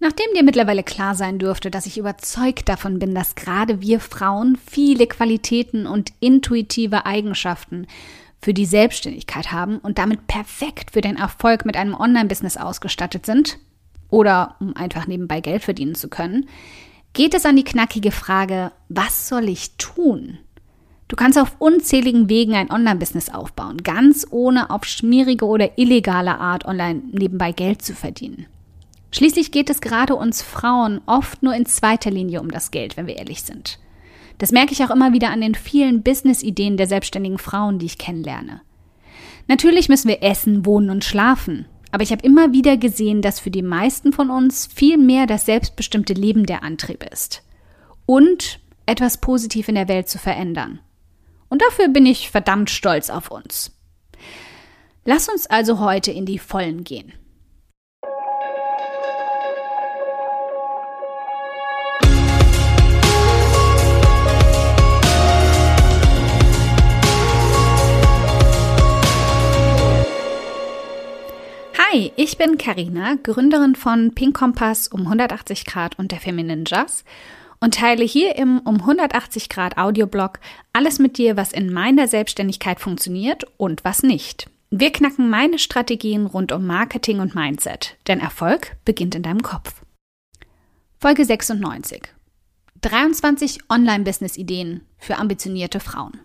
Nachdem dir mittlerweile klar sein dürfte, dass ich überzeugt davon bin, dass gerade wir Frauen viele Qualitäten und intuitive Eigenschaften für die Selbstständigkeit haben und damit perfekt für den Erfolg mit einem Online-Business ausgestattet sind oder um einfach nebenbei Geld verdienen zu können, geht es an die knackige Frage, was soll ich tun? Du kannst auf unzähligen Wegen ein Online-Business aufbauen, ganz ohne auf schmierige oder illegale Art online nebenbei Geld zu verdienen. Schließlich geht es gerade uns Frauen oft nur in zweiter Linie um das Geld, wenn wir ehrlich sind. Das merke ich auch immer wieder an den vielen Business-Ideen der selbstständigen Frauen, die ich kennenlerne. Natürlich müssen wir essen, wohnen und schlafen, aber ich habe immer wieder gesehen, dass für die meisten von uns viel mehr das selbstbestimmte Leben der Antrieb ist. Und etwas positiv in der Welt zu verändern. Und dafür bin ich verdammt stolz auf uns. Lass uns also heute in die Vollen gehen. Hi, ich bin Carina, Gründerin von Pink Kompass um 180 Grad und der Feminine Jazz und teile hier im um 180 Grad Audioblog alles mit dir, was in meiner Selbstständigkeit funktioniert und was nicht. Wir knacken meine Strategien rund um Marketing und Mindset, denn Erfolg beginnt in deinem Kopf. Folge 96. 23 Online-Business-Ideen für ambitionierte Frauen.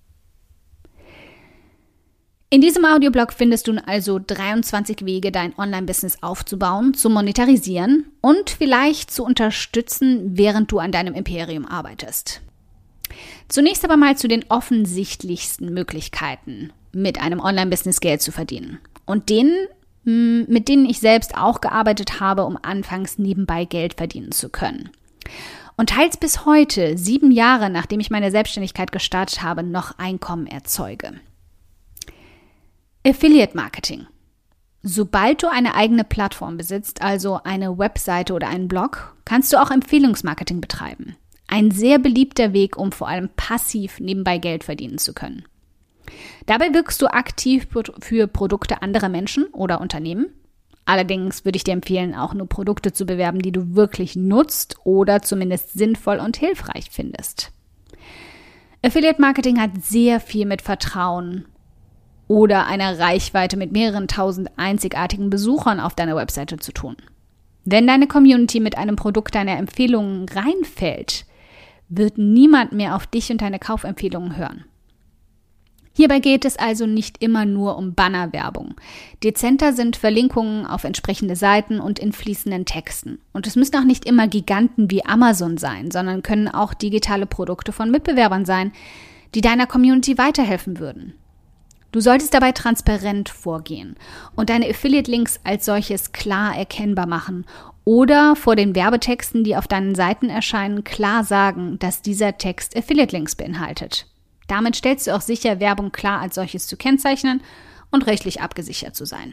In diesem Audioblog findest du also 23 Wege, dein Online-Business aufzubauen, zu monetarisieren und vielleicht zu unterstützen, während du an deinem Imperium arbeitest. Zunächst aber mal zu den offensichtlichsten Möglichkeiten, mit einem Online-Business Geld zu verdienen. Und mit denen ich selbst auch gearbeitet habe, um anfangs nebenbei Geld verdienen zu können. Und teils bis heute, 7 Jahre nachdem ich meine Selbstständigkeit gestartet habe, noch Einkommen erzeuge. Affiliate Marketing. Sobald du eine eigene Plattform besitzt, also eine Webseite oder einen Blog, kannst du auch Empfehlungsmarketing betreiben. Ein sehr beliebter Weg, um vor allem passiv nebenbei Geld verdienen zu können. Dabei wirkst du aktiv für Produkte anderer Menschen oder Unternehmen. Allerdings würde ich dir empfehlen, auch nur Produkte zu bewerben, die du wirklich nutzt oder zumindest sinnvoll und hilfreich findest. Affiliate Marketing hat sehr viel mit Vertrauen oder einer Reichweite mit mehreren tausend einzigartigen Besuchern auf deiner Webseite zu tun. Wenn deine Community mit einem Produkt deiner Empfehlungen reinfällt, wird niemand mehr auf dich und deine Kaufempfehlungen hören. Hierbei geht es also nicht immer nur um Bannerwerbung. Dezenter sind Verlinkungen auf entsprechende Seiten und in fließenden Texten. Und es müssen auch nicht immer Giganten wie Amazon sein, sondern können auch digitale Produkte von Mitbewerbern sein, die deiner Community weiterhelfen würden. Du solltest dabei transparent vorgehen und deine Affiliate-Links als solches klar erkennbar machen oder vor den Werbetexten, die auf deinen Seiten erscheinen, klar sagen, dass dieser Text Affiliate-Links beinhaltet. Damit stellst du auch sicher, Werbung klar als solches zu kennzeichnen und rechtlich abgesichert zu sein.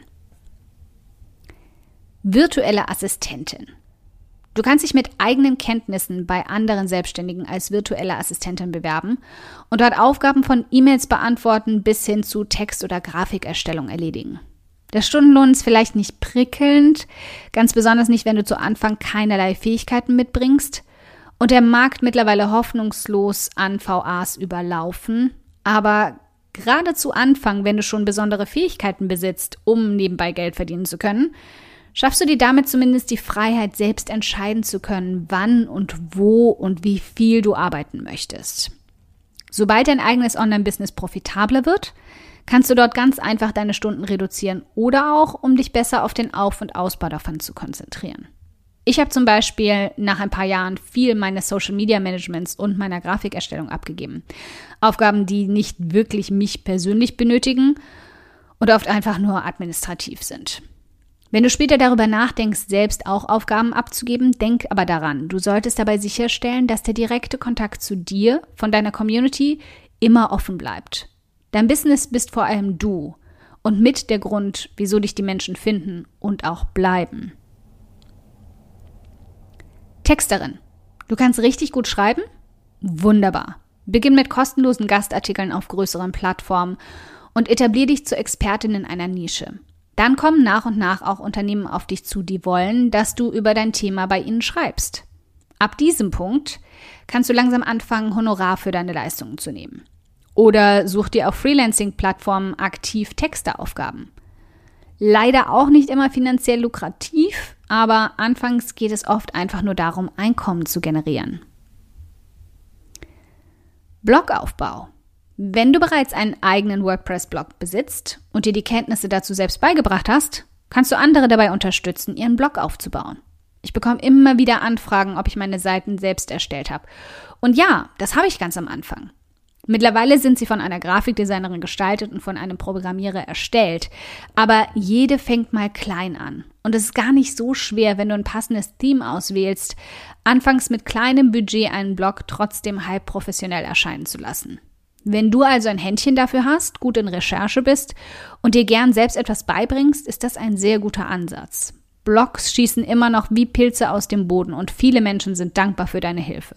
Virtuelle Assistentin. Du kannst dich mit eigenen Kenntnissen bei anderen Selbstständigen als virtuelle Assistentin bewerben und dort Aufgaben von E-Mails beantworten bis hin zu Text- oder Grafikerstellung erledigen. Der Stundenlohn ist vielleicht nicht prickelnd, ganz besonders nicht, wenn du zu Anfang keinerlei Fähigkeiten mitbringst und der Markt mittlerweile hoffnungslos an VAs überlaufen, aber gerade zu Anfang, wenn du schon besondere Fähigkeiten besitzt, um nebenbei Geld verdienen zu können, schaffst du dir damit zumindest die Freiheit, selbst entscheiden zu können, wann und wo und wie viel du arbeiten möchtest. Sobald dein eigenes Online-Business profitabler wird, kannst du dort ganz einfach deine Stunden reduzieren oder auch, um dich besser auf den Auf- und Ausbau davon zu konzentrieren. Ich habe zum Beispiel nach ein paar Jahren viel meines Social-Media-Managements und meiner Grafikerstellung abgegeben. Aufgaben, die nicht wirklich mich persönlich benötigen und oft einfach nur administrativ sind. Wenn du später darüber nachdenkst, selbst auch Aufgaben abzugeben, denk aber daran, du solltest dabei sicherstellen, dass der direkte Kontakt zu dir von deiner Community immer offen bleibt. Dein Business bist vor allem du und mit der Grund, wieso dich die Menschen finden und auch bleiben. Texterin. Du kannst richtig gut schreiben? Wunderbar. Beginn mit kostenlosen Gastartikeln auf größeren Plattformen und etabliere dich zur Expertin in einer Nische. Dann kommen nach und nach auch Unternehmen auf dich zu, die wollen, dass du über dein Thema bei ihnen schreibst. Ab diesem Punkt kannst du langsam anfangen, Honorar für deine Leistungen zu nehmen. Oder such dir auf Freelancing-Plattformen aktiv Texteaufgaben. Leider auch nicht immer finanziell lukrativ, aber anfangs geht es oft einfach nur darum, Einkommen zu generieren. Blogaufbau. Wenn du bereits einen eigenen WordPress-Blog besitzt und dir die Kenntnisse dazu selbst beigebracht hast, kannst du andere dabei unterstützen, ihren Blog aufzubauen. Ich bekomme immer wieder Anfragen, ob ich meine Seiten selbst erstellt habe. Und ja, das habe ich ganz am Anfang. Mittlerweile sind sie von einer Grafikdesignerin gestaltet und von einem Programmierer erstellt. Aber jede fängt mal klein an. Und es ist gar nicht so schwer, wenn du ein passendes Theme auswählst, anfangs mit kleinem Budget einen Blog trotzdem halb professionell erscheinen zu lassen. Wenn du also ein Händchen dafür hast, gut in Recherche bist und dir gern selbst etwas beibringst, ist das ein sehr guter Ansatz. Blogs schießen immer noch wie Pilze aus dem Boden und viele Menschen sind dankbar für deine Hilfe.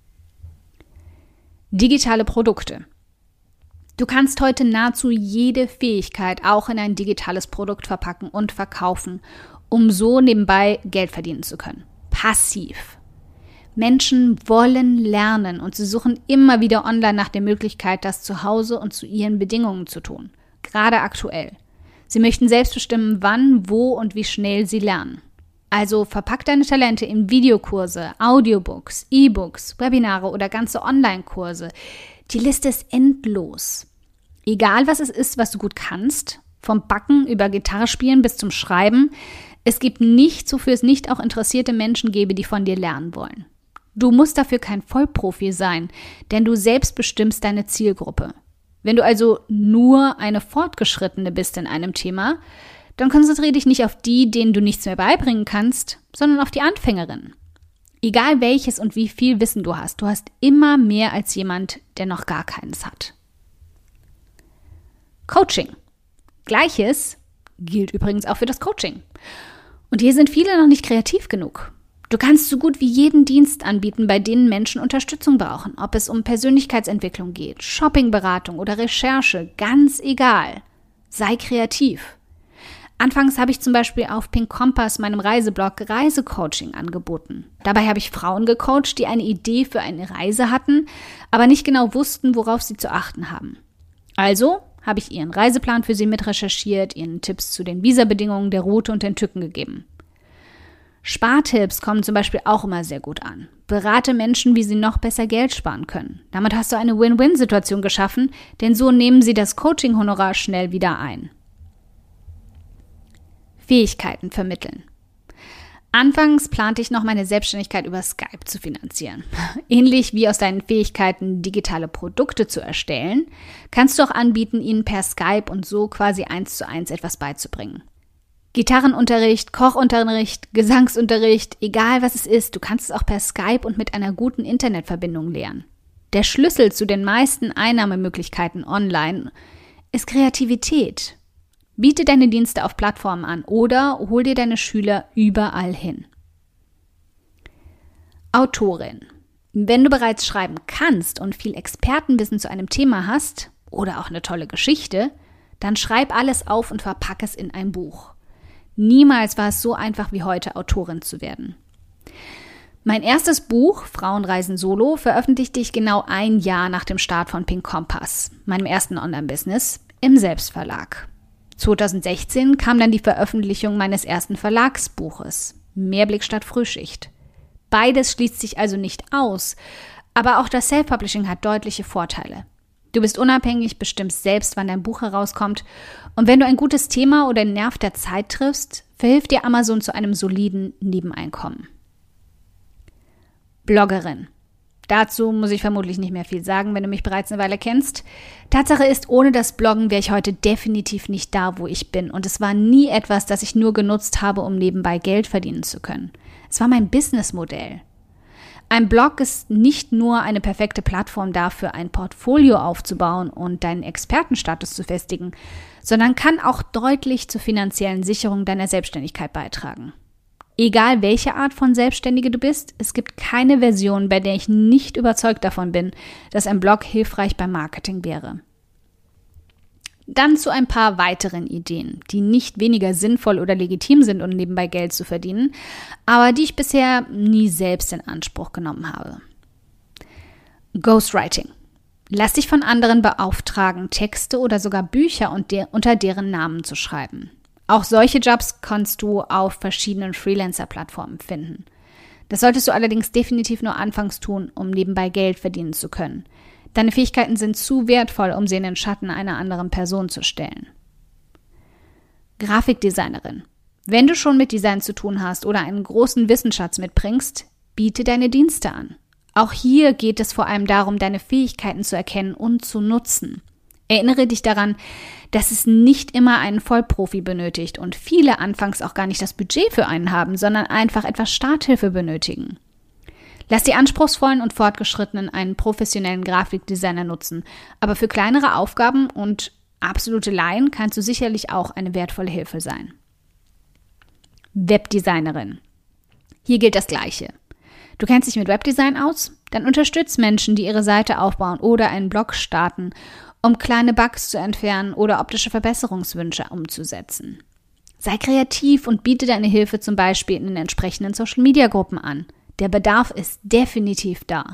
Digitale Produkte. Du kannst heute nahezu jede Fähigkeit auch in ein digitales Produkt verpacken und verkaufen, um so nebenbei Geld verdienen zu können. Passiv. Menschen wollen lernen und sie suchen immer wieder online nach der Möglichkeit, das zu Hause und zu ihren Bedingungen zu tun. Gerade aktuell. Sie möchten selbst bestimmen, wann, wo und wie schnell sie lernen. Also verpack deine Talente in Videokurse, Audiobooks, E-Books, Webinare oder ganze Online-Kurse. Die Liste ist endlos. Egal was es ist, was du gut kannst, vom Backen über Gitarre spielen bis zum Schreiben, es gibt nichts, wofür es nicht auch interessierte Menschen gäbe, die von dir lernen wollen. Du musst dafür kein Vollprofi sein, denn du selbst bestimmst deine Zielgruppe. Wenn du also nur eine Fortgeschrittene bist in einem Thema, dann konzentriere dich nicht auf die, denen du nichts mehr beibringen kannst, sondern auf die Anfängerin. Egal welches und wie viel Wissen du hast immer mehr als jemand, der noch gar keines hat. Coaching. Gleiches gilt übrigens auch für das Coaching. Und hier sind viele noch nicht kreativ genug. Du kannst so gut wie jeden Dienst anbieten, bei denen Menschen Unterstützung brauchen, ob es um Persönlichkeitsentwicklung geht, Shoppingberatung oder Recherche, ganz egal. Sei kreativ. Anfangs habe ich zum Beispiel auf Pink Kompass, meinem Reiseblog, Reisecoaching angeboten. Dabei habe ich Frauen gecoacht, die eine Idee für eine Reise hatten, aber nicht genau wussten, worauf sie zu achten haben. Also habe ich ihren Reiseplan für sie mitrecherchiert, ihnen Tipps zu den Visabedingungen, der Route und den Tücken gegeben. Spartipps kommen zum Beispiel auch immer sehr gut an. Berate Menschen, wie sie noch besser Geld sparen können. Damit hast du eine Win-Win-Situation geschaffen, denn so nehmen sie das Coaching-Honorar schnell wieder ein. Fähigkeiten vermitteln. Anfangs plante ich noch, meine Selbstständigkeit über Skype zu finanzieren. Ähnlich wie aus deinen Fähigkeiten, digitale Produkte zu erstellen, kannst du auch anbieten, ihnen per Skype und so quasi 1:1 etwas beizubringen. Gitarrenunterricht, Kochunterricht, Gesangsunterricht, egal was es ist, du kannst es auch per Skype und mit einer guten Internetverbindung lernen. Der Schlüssel zu den meisten Einnahmemöglichkeiten online ist Kreativität. Biete deine Dienste auf Plattformen an oder hol dir deine Schüler überall hin. Autorin. Wenn du bereits schreiben kannst und viel Expertenwissen zu einem Thema hast oder auch eine tolle Geschichte, dann schreib alles auf und verpack es in ein Buch. Niemals war es so einfach wie heute, Autorin zu werden. Mein erstes Buch, Frauen reisen solo, veröffentlichte ich genau ein Jahr nach dem Start von Pink Kompass, meinem ersten Online-Business, im Selbstverlag. 2016 kam dann die Veröffentlichung meines ersten Verlagsbuches, Mehrblick statt Frühschicht. Beides schließt sich also nicht aus, aber auch das Self-Publishing hat deutliche Vorteile. Du bist unabhängig, bestimmst selbst, wann dein Buch herauskommt und wenn du ein gutes Thema oder den Nerv der Zeit triffst, verhilft dir Amazon zu einem soliden Nebeneinkommen. Bloggerin. Dazu muss ich vermutlich nicht mehr viel sagen, wenn du mich bereits eine Weile kennst. Tatsache ist, ohne das Bloggen wäre ich heute definitiv nicht da, wo ich bin. Und es war nie etwas, das ich nur genutzt habe, um nebenbei Geld verdienen zu können. Es war mein Businessmodell. Ein Blog ist nicht nur eine perfekte Plattform dafür, ein Portfolio aufzubauen und deinen Expertenstatus zu festigen, sondern kann auch deutlich zur finanziellen Sicherung deiner Selbstständigkeit beitragen. Egal welche Art von Selbstständige du bist, es gibt keine Version, bei der ich nicht überzeugt davon bin, dass ein Blog hilfreich beim Marketing wäre. Dann zu ein paar weiteren Ideen, die nicht weniger sinnvoll oder legitim sind, um nebenbei Geld zu verdienen, aber die ich bisher nie selbst in Anspruch genommen habe. Ghostwriting. Lass dich von anderen beauftragen, Texte oder sogar Bücher unter deren Namen zu schreiben. Auch solche Jobs kannst du auf verschiedenen Freelancer-Plattformen finden. Das solltest du allerdings definitiv nur anfangs tun, um nebenbei Geld verdienen zu können. Deine Fähigkeiten sind zu wertvoll, um sie in den Schatten einer anderen Person zu stellen. Grafikdesignerin. Wenn du schon mit Design zu tun hast oder einen großen Wissensschatz mitbringst, biete deine Dienste an. Auch hier geht es vor allem darum, deine Fähigkeiten zu erkennen und zu nutzen. Erinnere dich daran, dass es nicht immer einen Vollprofi benötigt und viele anfangs auch gar nicht das Budget für einen haben, sondern einfach etwas Starthilfe benötigen. Lass die Anspruchsvollen und Fortgeschrittenen einen professionellen Grafikdesigner nutzen, aber für kleinere Aufgaben und absolute Laien kannst du sicherlich auch eine wertvolle Hilfe sein. Webdesignerin. Hier gilt das Gleiche. Du kennst dich mit Webdesign aus? Dann unterstütz Menschen, die ihre Seite aufbauen oder einen Blog starten, um kleine Bugs zu entfernen oder optische Verbesserungswünsche umzusetzen. Sei kreativ und biete deine Hilfe zum Beispiel in den entsprechenden Social-Media-Gruppen an. Der Bedarf ist definitiv da.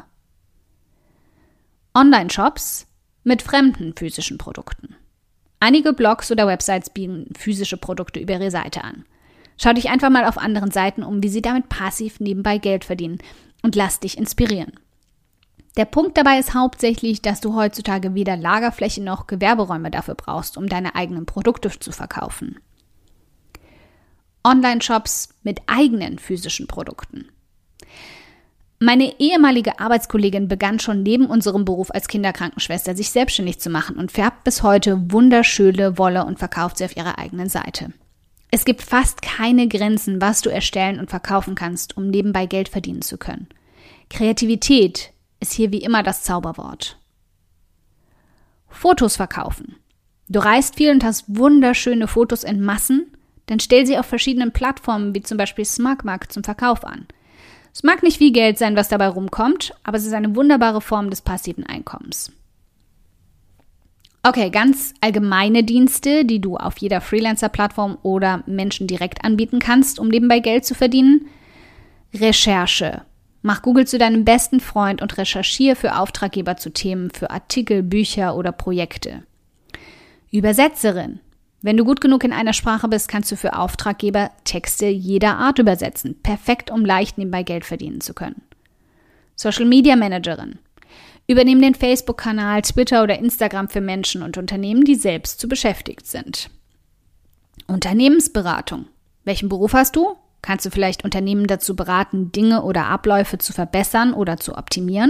Online-Shops mit fremden physischen Produkten. Einige Blogs oder Websites bieten physische Produkte über ihre Seite an. Schau dich einfach mal auf anderen Seiten um, wie sie damit passiv nebenbei Geld verdienen und lass dich inspirieren. Der Punkt dabei ist hauptsächlich, dass du heutzutage weder Lagerfläche noch Gewerberäume dafür brauchst, um deine eigenen Produkte zu verkaufen. Online-Shops mit eigenen physischen Produkten. Meine ehemalige Arbeitskollegin begann schon neben unserem Beruf als Kinderkrankenschwester sich selbstständig zu machen und färbt bis heute wunderschöne Wolle und verkauft sie auf ihrer eigenen Seite. Es gibt fast keine Grenzen, was du erstellen und verkaufen kannst, um nebenbei Geld verdienen zu können. Kreativität ist hier wie immer das Zauberwort. Fotos verkaufen. Du reist viel und hast wunderschöne Fotos in Massen, dann stell sie auf verschiedenen Plattformen wie zum Beispiel SmugMug zum Verkauf an. Es mag nicht viel Geld sein, was dabei rumkommt, aber es ist eine wunderbare Form des passiven Einkommens. Okay, ganz allgemeine Dienste, die du auf jeder Freelancer-Plattform oder Menschen direkt anbieten kannst, um nebenbei Geld zu verdienen. Recherche. Mach Google zu deinem besten Freund und recherchiere für Auftraggeber zu Themen für Artikel, Bücher oder Projekte. Übersetzerin. Wenn du gut genug in einer Sprache bist, kannst du für Auftraggeber Texte jeder Art übersetzen. Perfekt, um leicht nebenbei Geld verdienen zu können. Social Media Managerin. Übernimm den Facebook-Kanal, Twitter oder Instagram für Menschen und Unternehmen, die selbst zu beschäftigt sind. Unternehmensberatung. Welchen Beruf hast du? Kannst du vielleicht Unternehmen dazu beraten, Dinge oder Abläufe zu verbessern oder zu optimieren?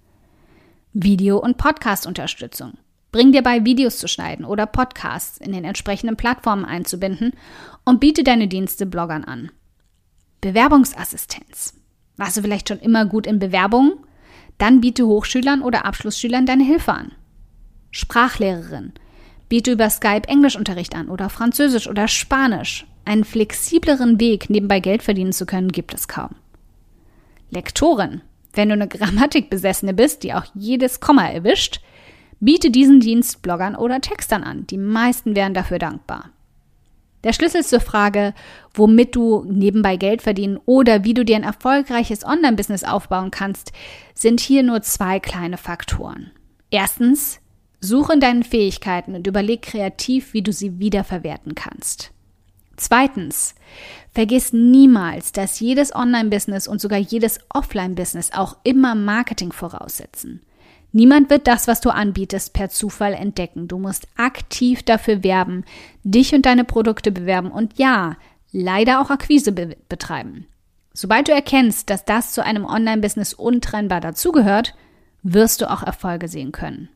Video- und Podcast-Unterstützung. Bring dir bei, Videos zu schneiden oder Podcasts in den entsprechenden Plattformen einzubinden und biete deine Dienste Bloggern an. Bewerbungsassistenz. Warst du vielleicht schon immer gut in Bewerbungen? Dann biete Hochschülern oder Abschlussschülern deine Hilfe an. Sprachlehrerin. Biete über Skype Englischunterricht an oder Französisch oder Spanisch. Einen flexibleren Weg, nebenbei Geld verdienen zu können, gibt es kaum. Lektorin. Wenn du eine Grammatikbesessene bist, die auch jedes Komma erwischt, biete diesen Dienst Bloggern oder Textern an. Die meisten wären dafür dankbar. Der Schlüssel zur Frage, womit du nebenbei Geld verdienen oder wie du dir ein erfolgreiches Online-Business aufbauen kannst, sind hier nur 2 kleine Faktoren. Erstens, suche in deinen Fähigkeiten und überleg kreativ, wie du sie wiederverwerten kannst. Zweitens, vergiss niemals, dass jedes Online-Business und sogar jedes Offline-Business auch immer Marketing voraussetzen. Niemand wird das, was du anbietest, per Zufall entdecken. Du musst aktiv dafür werben, dich und deine Produkte bewerben und ja, leider auch Akquise betreiben. Sobald du erkennst, dass das zu einem Online-Business untrennbar dazugehört, wirst du auch Erfolge sehen können.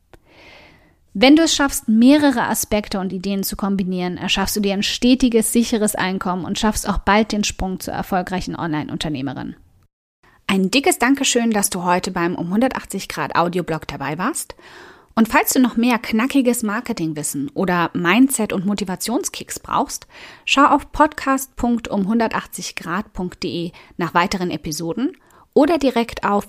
Wenn du es schaffst, mehrere Aspekte und Ideen zu kombinieren, erschaffst du dir ein stetiges, sicheres Einkommen und schaffst auch bald den Sprung zur erfolgreichen Online-Unternehmerin. Ein dickes Dankeschön, dass du heute beim 180 Grad Audioblog dabei warst. Und falls du noch mehr knackiges Marketingwissen oder Mindset- und Motivationskicks brauchst, schau auf podcast.um180grad.de nach weiteren Episoden oder direkt auf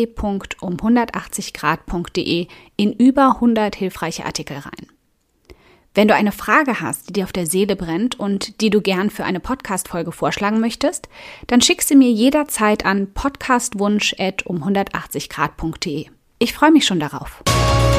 www.um180grad.de in über 100 hilfreiche Artikel rein. Wenn du eine Frage hast, die dir auf der Seele brennt und die du gern für eine Podcast-Folge vorschlagen möchtest, dann schick sie mir jederzeit an podcastwunsch@um180grad.de. Ich freue mich schon darauf.